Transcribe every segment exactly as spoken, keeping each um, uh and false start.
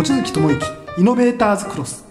望月智之イノベーターズクロス。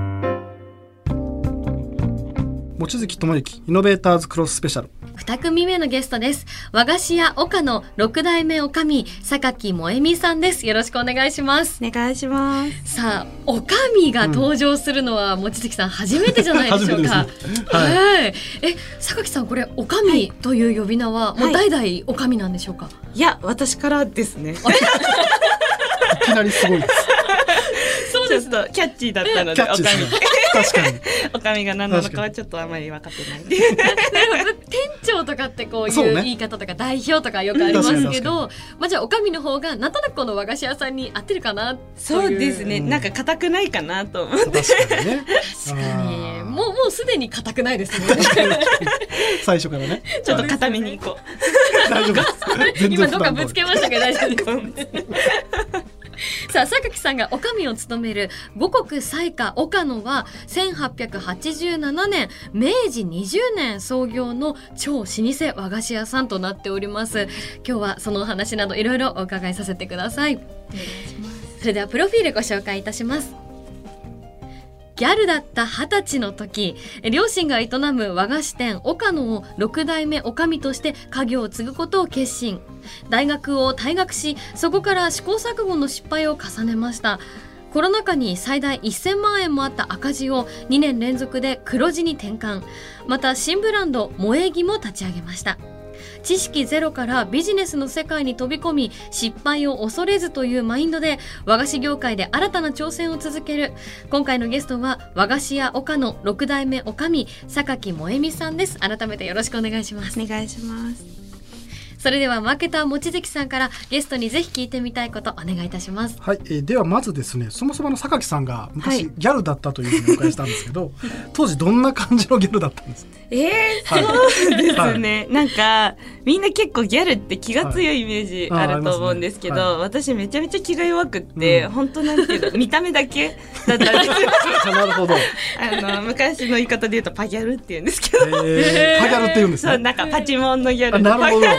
望月智之イノベーターズクロススペシャル。 に組目のゲストです。和菓子屋岡のろく代目おかみ榊萌美さんです。よろしくお願いします。 お願いします。 さあ、おかみが登場するのは、うん、望月さん初めてじゃないでしょうか。 初めてですね。はい。 え、榊さん、これおかみという呼び名は、はい、もう代々おかみなんでしょうか。 いや、私からですね。 いきなりすごいです。 そうです。 ちょっとキャッチーだったので、おかみ。 確かに。 おかみが何なのかはちょっとあまり分かってないんで。 店長とかってこういう言い方とか代表とかよくありますけど、まあ、じゃあおかみの方がなんとなくこの和菓子屋さんに合ってるかな。 そうですね、うん、なんか硬くないかなと思って。 確かにね。 確かにもうもうすでに硬くないですね。 最初からね。 ちょっと硬めにいこう。 大丈夫です。 今どっかぶつけましたけど大丈夫です。さあ、榊さんがおかみを務める五穀彩菓岡野はせんはっぴゃくはちじゅうななねん明治にじゅうねん創業の超老舗和菓子屋さんとなっております。今日はそのお話などいろいろお伺いさせてください。お願いします。それではプロフィールご紹介いたします。ギャルだった二十歳の時、両親が営む和菓子店岡野をろく代目おかみとして家業を継ぐことを決心。大学を退学し、そこから試行錯誤の失敗を重ねました。コロナ禍に最大せんまんえんもあった赤字をにねん連続で黒字に転換。また新ブランド萌え木も立ち上げました。知識ゼロからビジネスの世界に飛び込み、失敗を恐れずというマインドで和菓子業界で新たな挑戦を続ける。今回のゲストは和菓子屋岡のろく代目おかみ榊萌美さんです。改めてよろしくお願いします。 お願いします。 それではマーケター望月さんからゲストにぜひ聞いてみたいことお願いいたします。 はい、えー、ではまずですね、そもそもの榊さんが昔、はい、ギャルだったというふうにお伺いしたんですけど当時どんな感じのギャルだったんですか？ えー、はい、そうですね、はい、なんかみんな結構ギャルって気が強いイメージあると思うんですけど、はいねはい、私めちゃめちゃ気が弱くって、うん、本当なんていうの見た目だけだったんですよ。 なるほど。 あの昔の言い方で言うとパギャルって言うんですけど、 えー、パギャルって言うんですね。 そう、なんかパチモンのギャル。 なるほど。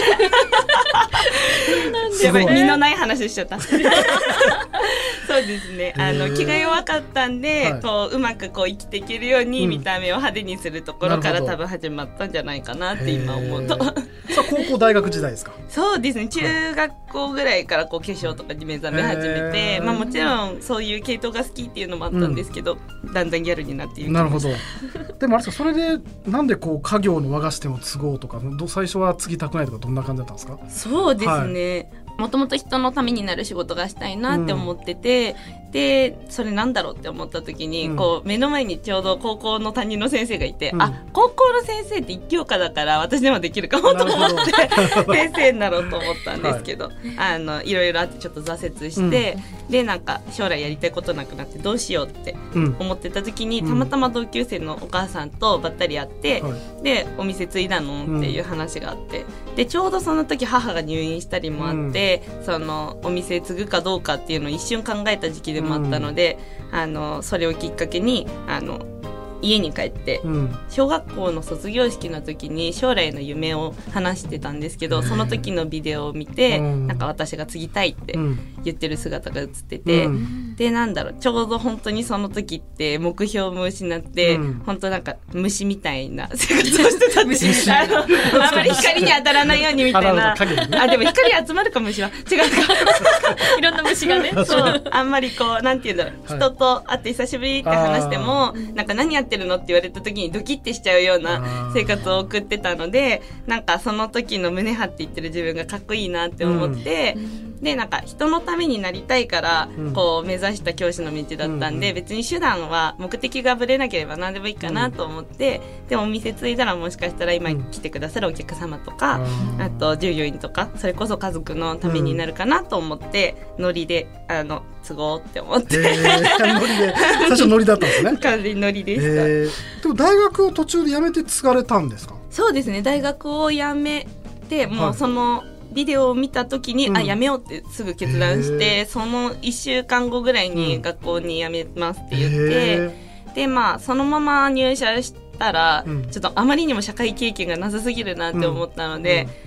やばい、身のない話しちゃった。そうですね、あの気が弱かったんで、はい、こううまくこう生きていけるように見た目を派手にするところから、うん、多分始まったんじゃないかなって今思うと。さあ、 高校大学時代ですか？ そうですね、中学校ぐらいからこう化粧とかに目覚め始めて、まあ、もちろんそういう系統が好きっていうのもあったんですけど、うん、だんだんギャルになっていきました。なるほど。でもあれですか、それでなんでこう家業の和菓子店を継ごうとか、最初は継ぎたくないとか、どんな感じだったんですか？ そうですね、はい、もともと人のためになる仕事がしたいなって思ってて、うん、でそれなんだろうって思った時に、うん、こう目の前にちょうど高校の担任の先生がいて、うん、あ、高校の先生って一教科だから私でもできるかもと思って先生になろうと思ったんですけど、はい、あのいろいろあってちょっと挫折して、うん、でなんか将来やりたいことなくなってどうしようって思ってた時に、うん、たまたま同級生のお母さんとばったり会って、うん、でお店継いだのっていう話があって、うん、でちょうどその時母が入院したりもあって、うん、そのお店継ぐかどうかっていうのを一瞬考えた時期でもあったので、うん、あのそれをきっかけにあの家に帰って、うん、小学校の卒業式の時に将来の夢を話してたんですけど、その時のビデオを見て、うん、なんか私が継ぎたいって言ってる姿が映ってて、うん、でなんだろう、ちょうど本当にその時って目標も失って、うん、本当なんか虫みたいな生活をしてたんですあのあまり光に当たらないようにみたいなあでも光集まるか虫は違うかいろんな虫がねそうあんまりこうなんていうんだろう、はい、人と会って久しぶりって話してもなんか何やってるのって言われた時にドキッてしちゃうような生活を送ってたので、なんかその時の胸張って言ってる自分がかっこいいなって思って、うん、でなんか人のためになりたいからこう目指した教師の道だったんで、うん、別に手段は目的がぶれなければ何でもいいかなと思って、うん、でもお店継いだらもしかしたら今来てくださるお客様とか、うん、あと従業員とかそれこそ家族のためになるかなと思って、うん、ノリであの都合って思って、えー、ノリで最初ノリだったんですね。 完全にノリでした、 えー、でも大学を途中で辞めて継がれたんですか？ そうですね、大学を辞めてもうそのビデオを見た時に、はい、あ、辞めようってすぐ決断して、そのいっしゅうかんごぐらいに学校に辞めますって言って、でまあそのまま入社したら、うん、ちょっとあまりにも社会経験がなさすぎるなって思ったので、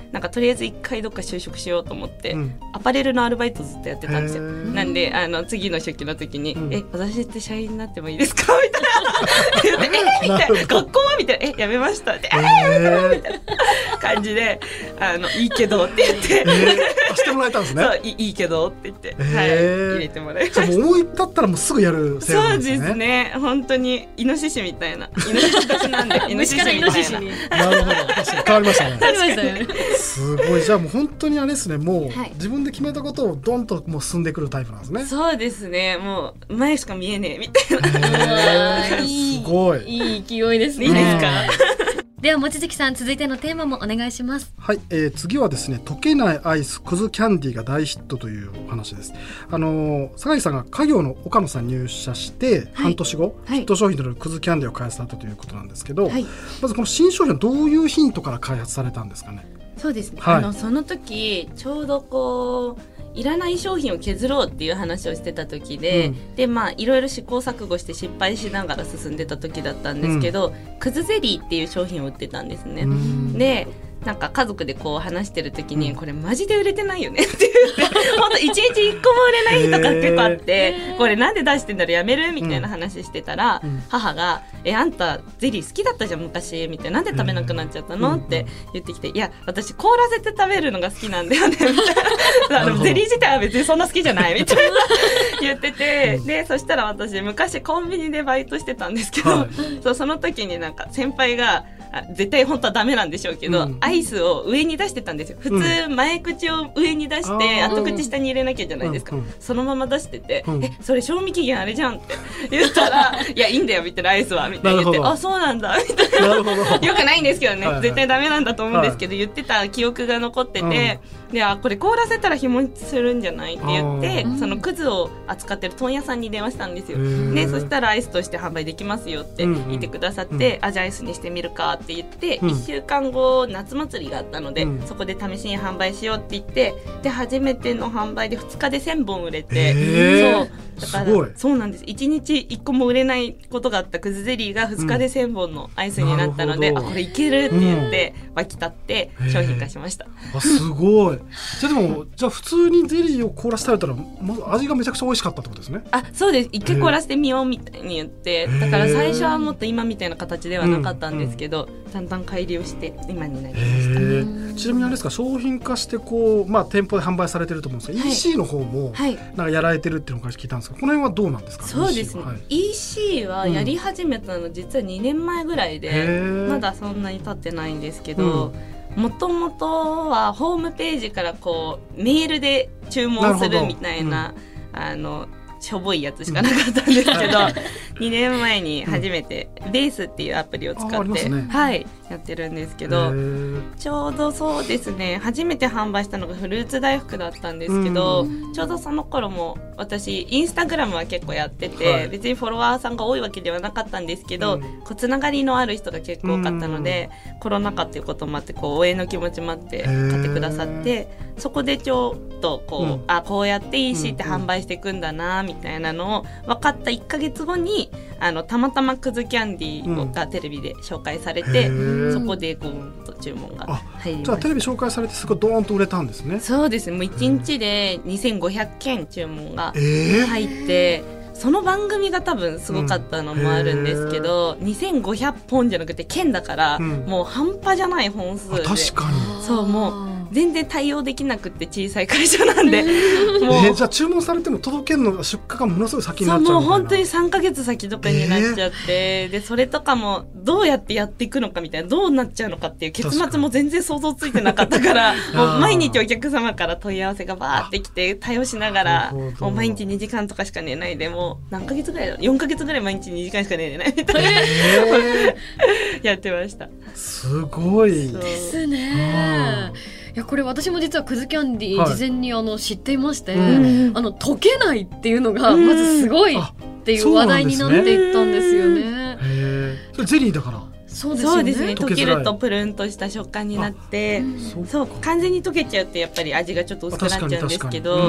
なんかとりあえず一回どっか就職しようと思って、 うん、 アパレルのアルバイトずっとやってたんですよ。なんであの次の初期の時に、うん、え私って社員になってもいいですかみたいなえみたいな学校はみたいなえやめましたってえー、やめたみたいな感じであのいいけどって言って、 えー、してもらえたんですね。 そうい い, いいけどって言って、 えーはい、入れてもらいました。 じゃあもう思い立ったらもうすぐやる性格なんですね。 そうですね、本当にイノシシみたいなイノシシ年なんでイノシシみたいななるほど、確かに変わりましたね。 変わりましたね。 すごい、じゃあもう本当にあれですね、もう、 はい、 自分で決めたことをドンともう進んでくるタイプなんですね。 そうですね、もう前しか見えねえみたいな、 えー、すごいいい勢いですね。 いいですか。 では望月さん、続いてのテーマもお願いします。 はい、えー、次はですね、溶けないアイスくずキャンディーが大ヒットというお話です。あのー、坂井さんが家業の岡野さんに入社して半年後、はい、ヒット商品となるくずキャンディーを開発されたということなんですけど、はい、まずこの新商品はどういうヒントから開発されたんですかね。 そうですね、 はい、 あのその時ちょうどこういらない商品を削ろうっていう話をしてた時で、うん、でまあいろいろ試行錯誤して失敗しながら進んでた時だったんですけど、うん、くずゼリーっていう商品を売ってたんですね。でなんか家族でこう話してる時に、うん、これマジで売れてないよねって言って本当一日一個も売れない日とか結構あってこれなんで出してんだろうやめるみたいな話してたら、うん、母がえあんたゼリー好きだったじゃん昔みたいな、なんで食べなくなっちゃったのって言ってきて、いや私凍らせて食べるのが好きなんだよねみたいなあのゼリー自体は別にそんな好きじゃないみたいな言ってて、でそしたら私昔コンビニでバイトしてたんですけど、はい、そうその時になんか先輩があ絶対本当はダメなんでしょうけど、うん、アイスを上に出してたんですよ。普通前口を上に出して、うん、後口下に入れなきゃじゃないですか、うん、そのまま出してて、うん、えそれ賞味期限あれじゃんって言ったらいやいいんだよみたいなアイスはみたいな言ってあそうなんだみたい な, なるほどよくないんですけどね、はいはい、絶対ダメなんだと思うんですけど、はい、言ってた記憶が残ってて、うん、であこれ凍らせたら日持ちするんじゃないって言ってそのくずを扱ってる問屋さんに電話したんですよ。でそしたらアイスとして販売できますよって言ってくださって、うんうん、あじゃあアイスにしてみるかって言って、うん、いっしゅうかんご夏祭りがあったので、うん、そこで試しに販売しようって言ってで初めての販売でふつかでせんぼん売れて、そうだからそうなんです。いちにちいっこも売れないことがあったくずゼリーがふつかでせんぼんのアイスになったので、うん、あこれいけるって言って沸き立って商品化しました。 あすごい。じゃあでもじゃあ普通にゼリーを凍らせて食べたらもう味がめちゃくちゃ美味しかったってことですね。 あそうです。一回凍らせてみようみたいに言ってだから最初はもっと今みたいな形ではなかったんですけど、うんうん、だんだん改良して今になりました。 ちなみにあれですか商品化してこう、まあ、店舗で販売されてると思うんですが、はい、イーシー の方もなんかやられてるっていうのを聞いたんですけどこの辺はどうなんですか。 そうですね、はい、イーシー はやり始めたの実はにねんまえぐらいで、うん、まだそんなに経ってないんですけど、もともとはホームページからこうメールで注文するみたいな、うん、あのしょぼいやつしかなかったんですけど、うん、にねんまえに初めてベースっていうアプリを使って、ねはい、やってるんですけどちょうどそうですね初めて販売したのがフルーツ大福だったんですけど、うん、ちょうどその頃も私インスタグラムは結構やってて、はい、別にフォロワーさんが多いわけではなかったんですけど、うん、こうつながりのある人が結構多かったので、うん、コロナ禍っていうこともあってこう応援の気持ちもあって買ってくださってそこでちょっとこう、うん、あこうやっていいしって販売していくんだなみたいなのを分かったいっかげつごにあのたまたまくずキャンディーがテレビで紹介されて、うん、そこでゴーンと注文が入りました。 じゃあテレビ紹介されてすごいドーンと売れたんですね。 そうですねもういちにちでにせんごひゃくけん注文が入って、えー、その番組が多分すごかったのもあるんですけど、うん、にせんごひゃっぽんじゃなくて件だから、うん、もう半端じゃない本数で確かにそうもう全然対応できなくって小さい会社なんでもう、 えー、じゃあ注文されても届けるの出荷がものすごい先になっちゃうみたいな。 そうもう本当にさんかげつ先とかになっちゃって、えー、でそれとかもどうやってやっていくのかみたいなどうなっちゃうのかっていう結末も全然想像ついてなかったからもう毎日お客様から問い合わせがバーってきて対応しながらもう毎日にじかんとかしか寝ないでもう何ヶ月ぐらいだろうよんかげつぐらい毎日にじかんしか寝れないみたいな、えー、やってました。 すごいですね。いやこれ私も実はくずキャンディー事前にあの知っていまして、はい、あの溶けないっていうのがまずすごいっていう話題になっていったんですよね。 へーそれゼリーだからそうですよね、そうですね溶けるとプルンとした食感になってそう完全に溶けちゃうってやっぱり味がちょっと薄くなっちゃうんですけど、うん、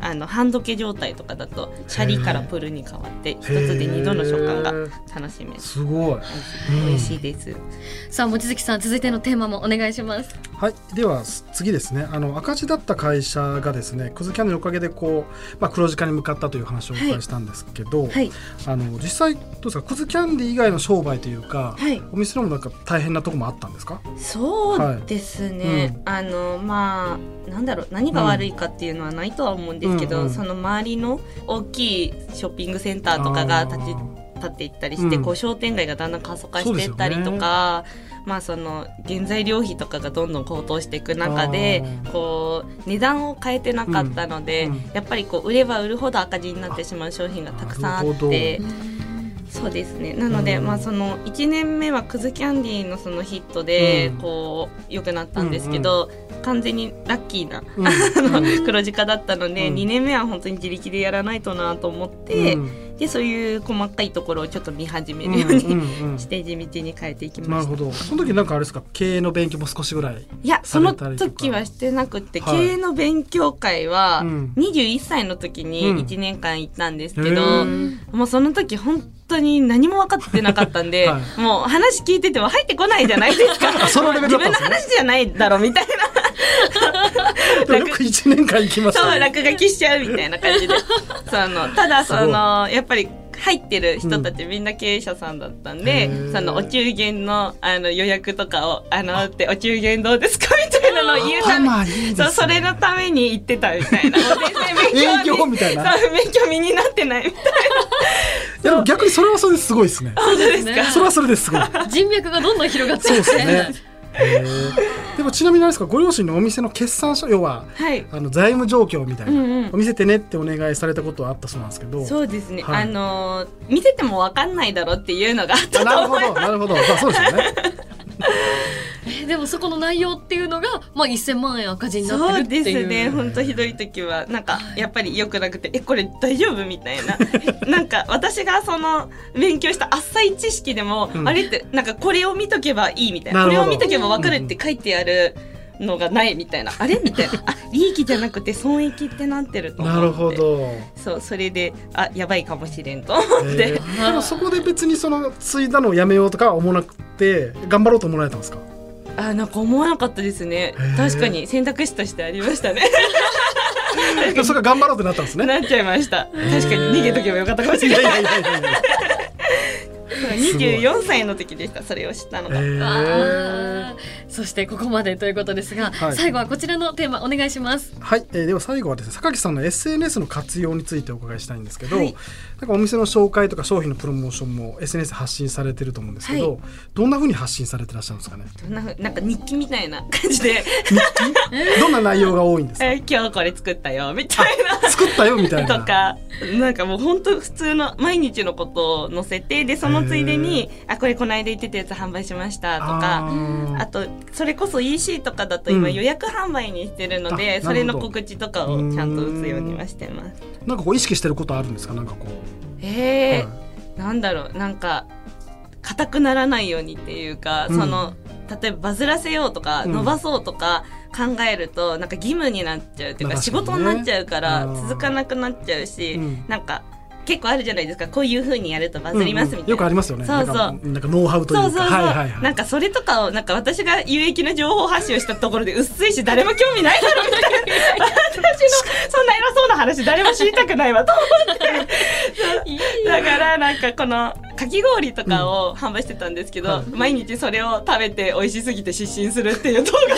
あの半時計状態とかだとシャリからプルに変わって一つで二度の食感が楽しめる。 すごい、 美味しいです、うん、 さあ望月さん、続いてのテーマもお願いします。 はい、では次ですね、あの赤字だった会社がですねくずキャンディのおかげでこう、まあ、黒字化に向かったという話をお伺いしたんですけど、はいはい、あの実際どうですか、くずキャンディ以外の商売というか、はい、お店のもなんか大変なところもあったんですか？ そうですね、はい、うん、あのまあなんだろう、何が悪いかっていうのはないとは思うんですけど、うんうん、その周りの大きいショッピングセンターとかが立ち立っていったりして、うん、こう商店街がだんだん過疎化していったりとか、ね、まあ、その原材料費とかがどんどん高騰していく中でこう値段を変えてなかったので、うんうん、やっぱりこう売れば売るほど赤字になってしまう商品がたくさんあって、そうですね、なので、まあ、そのいちねんめはくずキャンディーのそのヒットでこう良くなったんですけど、うんうん、完全にラッキーな、うん、黒字化だったので、うん、にねんめは本当に自力でやらないとなと思って、うん、でそういう細かいところをちょっと見始めるようにして地道に変えていきました。 なるほど。その時なんかあれですか、経営の勉強も少しぐらい？ いや、その時はしてなくて、はい、経営の勉強会はにじゅういっさいの時にいちねんかん行ったんですけど、うん、もうその時本当に何も分かってなかったんで、はい、もう話聞いてても入ってこないじゃないですか。 そのレベルだったんですね。 自分の話じゃないだろみたいな。 でもよくいちねんかん行きましたね。 そう、落書きしちゃうみたいな感じで。そのただそのやっぱり入ってる人たちみんな経営者さんだったんで、うん、そのお中元 の, あの予約とかをあのってお中元どうですかみたいなのを言うため、ね、そう、それのために行ってたみたいな。もう全然営業みたいな。 そう、勉強身になってないみたいな。 いやでも逆にそれはそれですごいですね。 そうですか。 それはそれですごい。 人脈がどんどん広がっていって。そうですね。 でもちなみに何ですか、ご両親のお店の決算書、要は、はい、あの財務状況みたいな、うんうん、見せてねってお願いされたことはあったそうなんですけど。 そうですね、はい、あの見せても分かんないだろうっていうのがあったと思います。 なるほどなるほど、まあ、そうですよね。 えでもそこの内容っていうのが、まあ、せんまんえん赤字になってるっていう。 そうですね、本当ひどい時はなんかやっぱり良くなくて、えこれ大丈夫みたいな。なんか私がその勉強した浅い知識でも、うん、あれってなんかこれを見とけばいいみたいな、これを見とけば分かるって書いてあるのがないみたいな、あれみたいな、あ利益じゃなくて損益ってなってると思って。 なるほど。 そう、それであやばいかもしれんと思って、 えー、でもそこで別にその継いだのをやめようとかは思わなくて頑張ろうと思われたんですか？ あなんか思わなかったですね。確かに選択肢としてありましたね。 それが頑張ろうってなったんですね。 なっちゃいました。確かに逃げとけばよかったかもしれない。いやいやいやいやにじゅうよんさいの時でした、それを知ったのが。 あそしてここまでということですが、はい、最後はこちらのテーマお願いします。 はい、えー、では最後はですね、榊さんの エスエヌエス の活用についてお伺いしたいんですけど、はい、なんかお店の紹介とか商品のプロモーションも エスエヌエス で発信されてると思うんですけど、はい、どんな風に発信されてらっしゃるんですかね？ どんなふなんか日記みたいな感じで。 日記どんな内容が多いんですか？ えー、今日これ作ったよみたいな。 作ったよみたいなとか、なんかもう本当普通の毎日のことを載せて、でそのついでにあこれこの間言ってたやつ販売しましたとか、 あ, あとそれこそ イーシー とかだと今予約販売にしてるので、うん、それの告知とかをちゃんと打つようにはしてます。 なんかこう意識してることあるんですか？なんかこうえーはい、なんだろう、なんか硬くならないようにっていうか、うん、その例えばバズらせようとか伸ばそうとか考えると、うん、なんか義務になっちゃうっていうか、仕事になっちゃうから続かなくなっちゃうし、うん、なんか結構あるじゃないですか、こういう風にやるとバズりますみたいな、うんうん、 よくありますよね。 そうそう、 なんか、なんかノウハウというか、 そうそうそう、はいはいはい、なんかそれとかをなんか私が有益な情報発信をしたところで薄いし誰も興味ないだろうみたいな。私のそんな偉そうな話誰も知りたくないわと思ってだからなんかこのかき氷とかを販売してたんですけど、うん、毎日それを食べて美味しすぎて失神するっていう動画とか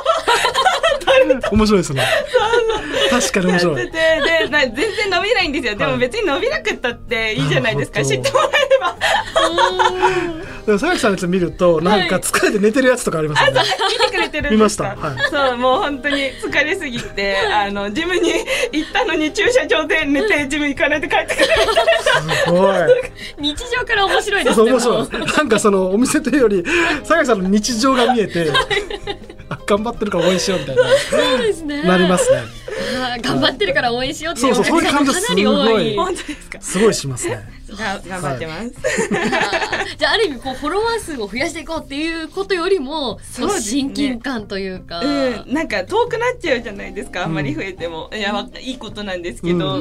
面白いですね。確かに面白い。 ででな全然伸びないんですよ、はい、でも別に伸びなくったっていいじゃないですか、知ってもらえれば。 でも榊さんのやつ見るとなんか疲れて寝てるやつとかありますよね。 はい、あ見てくれてるんですか？ 見ました、はい、 そうもう本当に疲れすぎてあのジムに行ったのに駐車場で寝てジム行かないで帰ってくるみたいな。 すごい日常から面白いですね。 そう面白い。なんかそのお店というより榊さんの日常が見えてあ頑張ってるから応援しようみたいなそうですね、 なりますね。 はが頑張ってるから応援しようっていうそうそう、そういう感じがかすごなり多い。 い本当ですか。 すごいしますね。 が頑張ってます。 じゃあある意味こうフォロワー数を増やしていこうっていうことよりも、 そうですね、 親近感というか、 うん、なんか遠くなっちゃうじゃないですか、あんまり増えても、うん、いやいいことなんですけど、うん、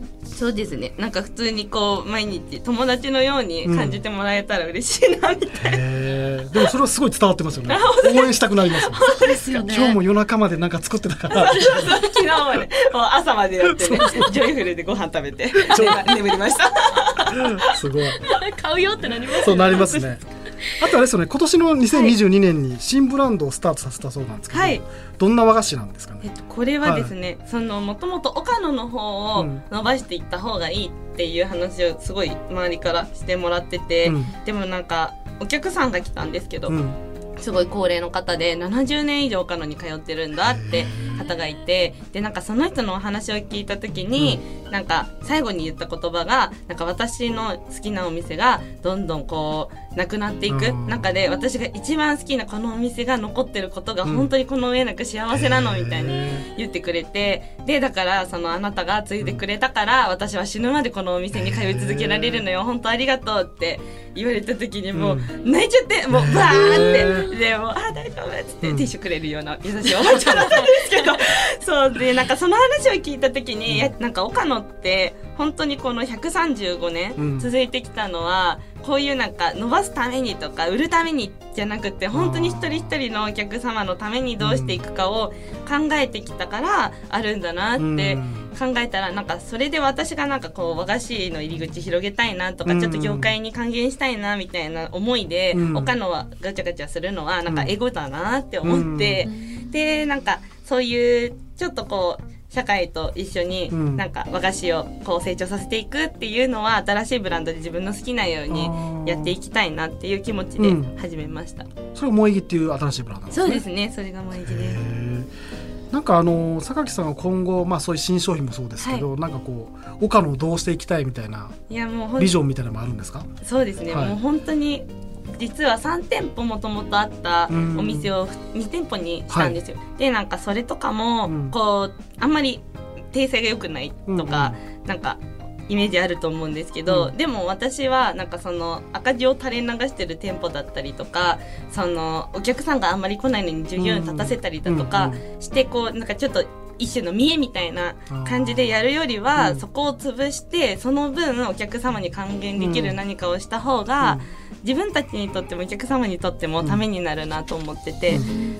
そうですね、なんか普通にこう毎日友達のように感じてもらえたら嬉しいなみたいな、うん、 へでもそれはすごい伝わってますよね。応援したくなりますよね。 そうですよね。 今日も夜中までなんか作ってたから昨日もね、もう朝までやってね、ジョイフルでご飯食べて眠りましたすごい買うよってなりますね。 そうなりますね。あとあれですよね、今年のにせんにじゅうにねんに新ブランドをスタートさせたそうなんですけど、はい、どんな和菓子なんですかね。 えっと、これはですね、はい、そのもともと岡野の方を伸ばしていった方がいいっていう話をすごい周りからしてもらってて、うん、でもなんかお客さんが来たんですけど、うん、すごい高齢の方でななじゅうねん以上岡野に通ってるんだって方がいて、でなんかその人のお話を聞いた時に、うん、なんか最後に言った言葉がなんか私の好きなお店がどんどんこうなくなっていく中で、私が一番好きなこのお店が残ってることが本当にこの上なく幸せなのみたいに言ってくれて、でだからそのあなたが継いでくれたから私は死ぬまでこのお店に通い続けられるのよ、本当ありがとうって言われた時にもう泣いちゃって、もうバーってでもうあ大丈夫っつってティッシュくれるような優しいおばちゃんだったんですけどそうでなんかその話を聞いた時に、いやなんか岡野って本当にこのひゃくさんじゅうごねん続いてきたのは、うん、こういうなんか伸ばすためにとか売るためにじゃなくて、本当に一人一人のお客様のためにどうしていくかを考えてきたからあるんだなって考えたら、なんかそれで私がなんかこう和菓子の入り口広げたいなとか、ちょっと業界に還元したいなみたいな思いで、岡野はガチャガチャするのはなんかエゴだなって思って、でなんかそういうちょっとこう社会と一緒になんか和菓子をこう成長させていくっていうのは、新しいブランドで自分の好きなようにやっていきたいなっていう気持ちで始めました、うん、 それが萌木っていう新しいブランドなんですね。 そうですね、それが萌木です。 なんかあの榊さんは今後、まあ、そういう新商品もそうですけど、はい、なんかこう岡野をどうしていきたいみたいなビジョンみたいなのもあるんですか。 そうですね、はい、もう本当に実はさんてんぽもともとあったお店をにてんぽにしたんですよ、はい、でなんかそれとかもこうあんまり体勢が良くないとか、うんうん、なんかイメージあると思うんですけど、うん、でも私はなんかその赤字を垂れ流してる店舗だったりとか、そのお客さんがあんまり来ないのに従業員立たせたりだとかしてこうなんかちょっと一種の見栄みたいな感じでやるよりは、うん、そこを潰してその分お客様に還元できる何かをした方が、うん、自分たちにとってもお客様にとってもためになるなと思ってて、うん、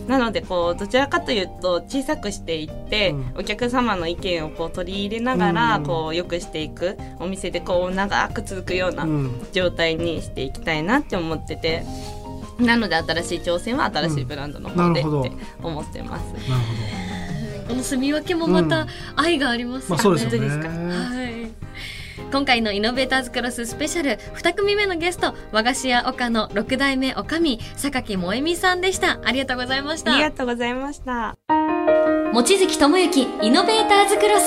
なのでこうどちらかというと小さくしていって、うん、お客様の意見をこう取り入れながら、うん、こう良くしていくお店でこう長く続くような状態にしていきたいなって思ってて、なので新しい挑戦は新しいブランドの方でって思ってます、うん、なるほど。 この住み分けもまた愛がありますね、うんまあ、そうですよね。はい、今回のイノベーターズクロススペシャルに組目のゲスト、和菓子屋岡のろく代目女将榊萌美さんでした。ありがとうございました。 ありがとうございました。 望月智之イノベーターズクロス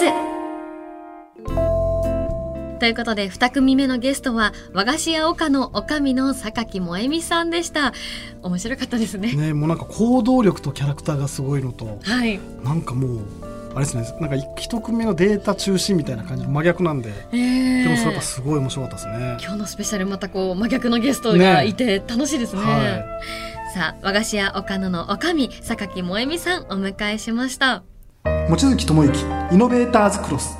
ということでに組目のゲストは和菓子屋岡の女将の榊萌美さんでした。面白かったですね。 ね、もうなんか行動力とキャラクターがすごいのと、はい、なんかもうあれですね、なんか一組目のデータ中心みたいな感じの真逆なんで、えー、でもそれがすごい面白かったですね。 今日のスペシャルまたこう真逆のゲストがいて楽しいですね。ね、はい、さあ和菓子屋岡野の女将榊萌美さんお迎えしました。 望月智之イノベーターズクロス。